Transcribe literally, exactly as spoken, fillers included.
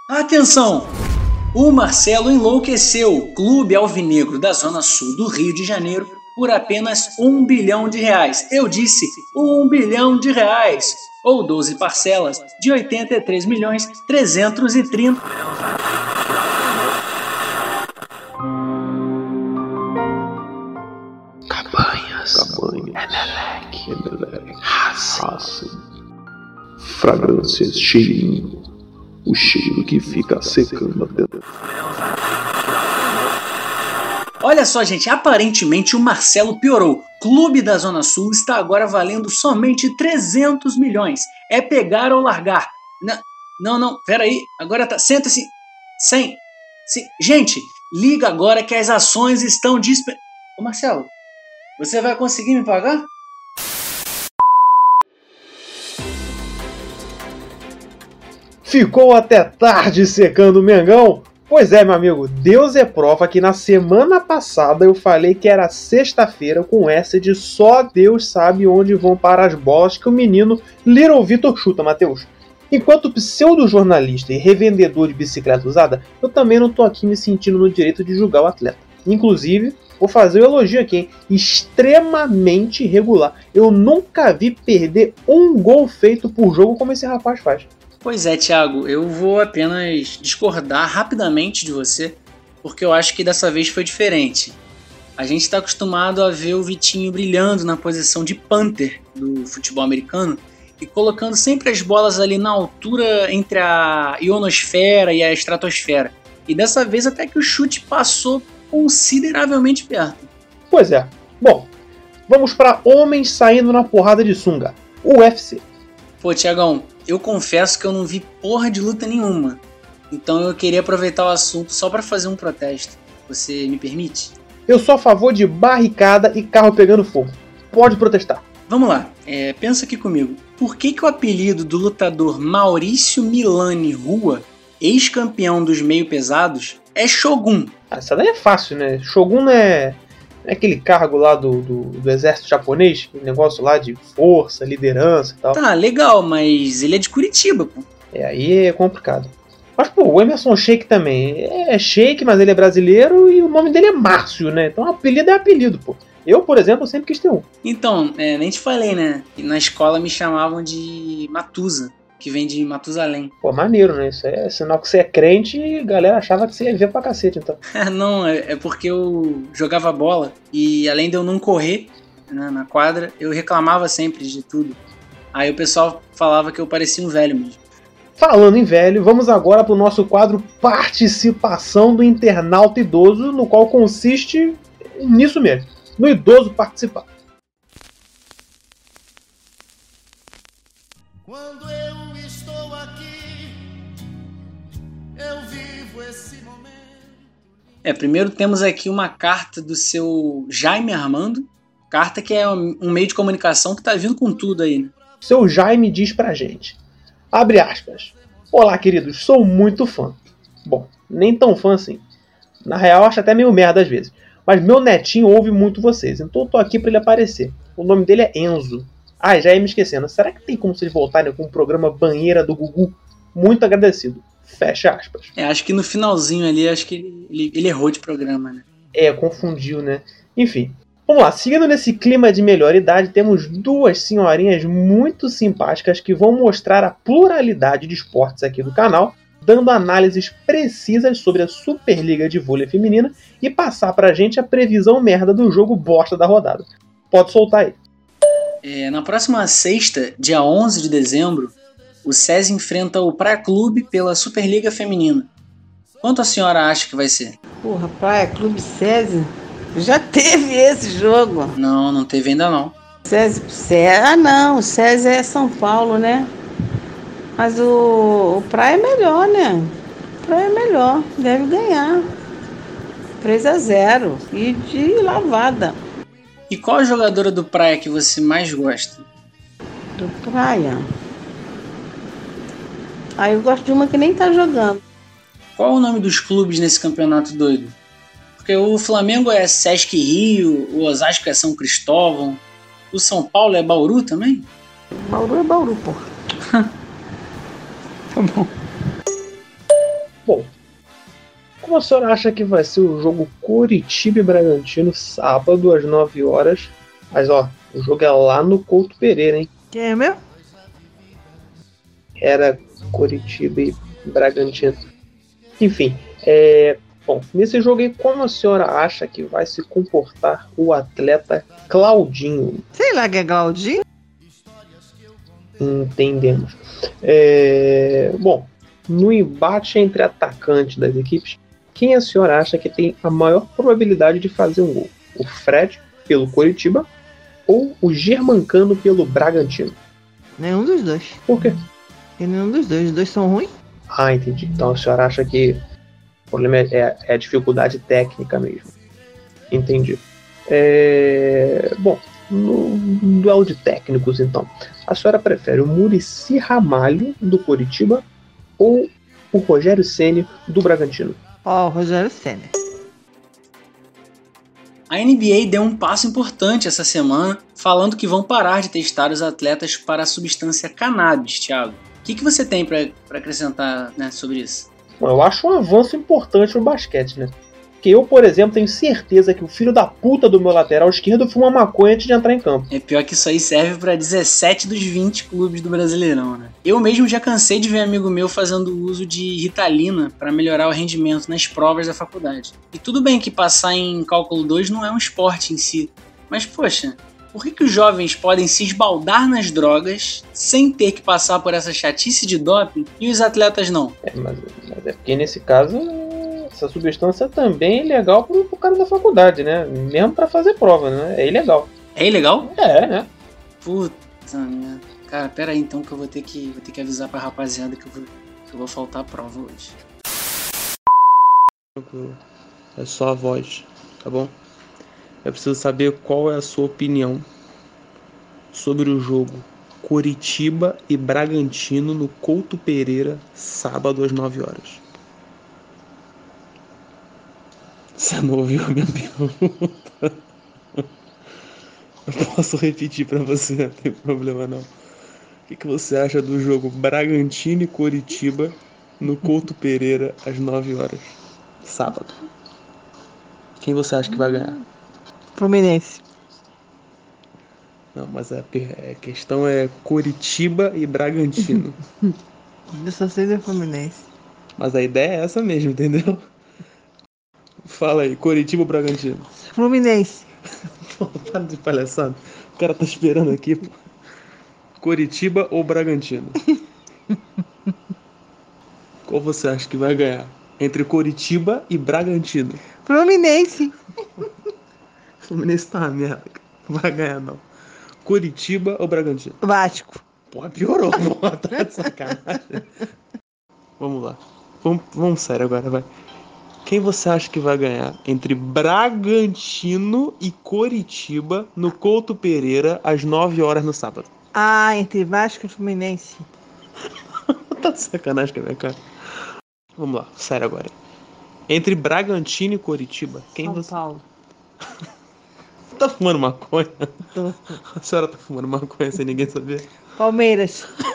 Atenção! O Marcelo enlouqueceu o Clube Alvinegro da Zona Sul do Rio de Janeiro por apenas um bilhão de reais. Eu disse um bilhão de reais, ou doze parcelas de oitenta e três milhões trezentos e trinta. Cabanhas, Cabanhas, Emelec, Emelec, Racing, fragrâncias, cheirinho, o cheiro que fica secando até. Olha só, gente, aparentemente o Marcelo piorou. Clube da Zona Sul está agora valendo somente trezentos milhões. É pegar ou largar. Não, não, não, peraí, agora tá, senta-se, cem. Gente, liga agora que as ações estão disp... Ô Marcelo, você vai conseguir me pagar? Ficou até tarde secando o Mengão? Pois é, meu amigo, Deus é prova que na semana passada eu falei que era sexta-feira com essa de só Deus sabe onde vão parar as bolas que o menino Little Vitor chuta, Matheus. Enquanto pseudo-jornalista e revendedor de bicicleta usada, eu também não tô aqui me sentindo no direito de julgar o atleta. Inclusive, vou fazer o um elogio aqui, hein? Extremamente irregular. Eu nunca vi perder um gol feito por jogo como esse rapaz faz. Pois é, Thiago, eu vou apenas discordar rapidamente de você, porque eu acho que dessa vez foi diferente. A gente está acostumado a ver o Vitinho brilhando na posição de punter do futebol americano e colocando sempre as bolas ali na altura entre a ionosfera e a estratosfera. E dessa vez até que o chute passou consideravelmente perto. Pois é. Bom, vamos para homens saindo na porrada de sunga. U F C. Pô, Thiagão, eu confesso que eu não vi porra de luta nenhuma. Então eu queria aproveitar o assunto só para fazer um protesto. Você me permite? Eu sou a favor de barricada e carro pegando fogo. Pode protestar. Vamos lá, é, pensa aqui comigo. Por que, que o apelido do lutador Maurício Milani Rua, ex-campeão dos meio pesados, é Shogun? Ah, essa daí é fácil, né? Shogun é, é aquele cargo lá do, do, do exército japonês, aquele negócio lá de força, liderança e tal. Tá, legal, mas ele é de Curitiba, pô. É, aí é complicado. Mas, pô, o Emerson Sheik também. É Sheik, mas ele é brasileiro e o nome dele é Márcio, né? Então apelido é apelido, pô. Eu, por exemplo, sempre quis ter um. Então, é, nem te falei, né? Na escola me chamavam de Matusa, que vem de Matusalém. Pô, maneiro, né? Isso é sinal que você é crente e a galera achava que você ia ver pra cacete, então. Não, é, é porque eu jogava bola e além de eu não correr, né, na quadra, eu reclamava sempre de tudo. Aí o pessoal falava que eu parecia um velho mesmo. Falando em velho, vamos agora pro nosso quadro Participação do Internauta Idoso, no qual consiste nisso mesmo, no idoso participar. Quando eu estou aqui, eu vivo esse momento. É, primeiro temos aqui uma carta do seu Jaime Armando, carta que é um meio de comunicação que tá vindo com tudo aí, né? Seu Jaime diz pra gente, abre aspas, olá queridos, sou muito fã. Bom, nem tão fã assim. Na real, acho até meio merda às vezes. Mas meu netinho ouve muito vocês, então eu tô aqui pra ele aparecer. O nome dele é Enzo. Ah, já ia me esquecendo. Será que tem como vocês voltarem com o programa Banheira do Gugu? Muito agradecido. Fecha aspas. É, acho que no finalzinho ali, acho que ele, ele, ele errou de programa, né? É, confundiu, né? Enfim. Vamos lá, seguindo nesse clima de melhor idade, temos duas senhorinhas muito simpáticas que vão mostrar a pluralidade de esportes aqui do canal, dando análises precisas sobre a Superliga de Vôlei Feminina e passar pra gente a previsão merda do jogo bosta da rodada. Pode soltar aí. É, na próxima sexta, dia onze de dezembro, o SESI enfrenta o Praia Clube pela Superliga Feminina. Quanto a senhora acha que vai ser? Porra, Praia Clube SESI? Já teve esse jogo. Não, não teve ainda não. SESI, SESI, ah não, o SESI é São Paulo, né? Mas o, o Praia é melhor, né? O Praia é melhor, deve ganhar. três a zero e de lavada. E qual a jogadora do Praia que você mais gosta? Do Praia? Ah, eu gosto de uma que nem tá jogando. Qual o nome dos clubes nesse campeonato doido? Porque o Flamengo é Sesc Rio, o Osasco é São Cristóvão, o São Paulo é Bauru também? Bauru é Bauru, porra. Tá bom. Bom, como a senhora acha que vai ser o jogo Coritiba e Bragantino sábado às nove horas? Mas ó, o jogo é lá no Couto Pereira, hein? Quem é meu? Era Coritiba e Bragantino. Enfim, é... Bom, nesse jogo aí, como a senhora acha que vai se comportar o atleta Claudinho? Sei lá que é Claudinho. Entendemos. É... Bom, no embate entre atacantes das equipes, quem a senhora acha que tem a maior probabilidade de fazer um gol? O Fred, pelo Coritiba, ou o Germancano pelo Bragantino? Nenhum dos dois. Por quê? E nenhum dos dois. Os dois são ruins. Ah, entendi. Então a senhora acha que o problema é, é a dificuldade técnica mesmo. Entendi. É... Bom, no duelo de técnicos, então, a senhora prefere o Muricy Ramalho, do Coritiba, ou o Rogério Ceni, do Bragantino? Ó, o Rogério Ceni. A N B A deu um passo importante essa semana, falando que vão parar de testar os atletas para a substância cannabis, Thiago. O que, que você tem para acrescentar, né, sobre isso? Bom, eu acho um avanço importante no basquete, né? Porque eu, por exemplo, tenho certeza que o filho da puta do meu lateral esquerdo fuma maconha antes de entrar em campo. É pior que isso aí serve para dezessete dos vinte clubes do Brasileirão, né? Eu mesmo já cansei de ver amigo meu fazendo uso de Ritalina para melhorar o rendimento nas provas da faculdade. E tudo bem que passar em cálculo dois não é um esporte em si, mas poxa, por que, que os jovens podem se esbaldar nas drogas sem ter que passar por essa chatice de doping e os atletas não? É, mas, mas é porque nesse caso essa substância também é ilegal pro, pro cara da faculdade, né? Mesmo pra fazer prova, né? É ilegal. É ilegal? É, né? Puta merda. Cara, pera aí então que eu vou ter que, vou ter que avisar pra rapaziada que eu vou, que eu vou faltar a prova hoje. É só a voz, tá bom? Eu preciso saber qual é a sua opinião sobre o jogo Coritiba e Bragantino no Couto Pereira, sábado às nove horas. Você não ouviu a minha pergunta? Eu posso repetir pra você, não tem problema não. O que, que você acha do jogo Bragantino e Coritiba no Couto Pereira às nove horas, sábado? Quem você acha que vai ganhar? Fluminense. Não, mas a, a questão é Coritiba e Bragantino. Eu só sei do Fluminense. Mas a ideia é essa mesmo, entendeu? Fala aí, Coritiba ou Bragantino? Fluminense. Pô, para de palhaçada. O cara tá esperando aqui, pô. Coritiba ou Bragantino? Qual você acha que vai ganhar? Entre Coritiba e Bragantino? Fluminense. Fluminense tá uma merda. Não vai ganhar, não. Coritiba ou Bragantino? Vasco. Porra, piorou, porra. Tá de sacanagem. Vamos lá. Vamos, vamos sério agora, vai. Quem você acha que vai ganhar entre Bragantino e Coritiba no Couto Pereira às nove horas no sábado? Ah, entre Vasco e Fluminense. Tá de sacanagem com a minha cara. Vamos lá, sério agora. Entre Bragantino e Coritiba, quem São você... Paulo. Tá fumando maconha? Tô. A senhora tá fumando maconha sem ninguém saber? Palmeiras.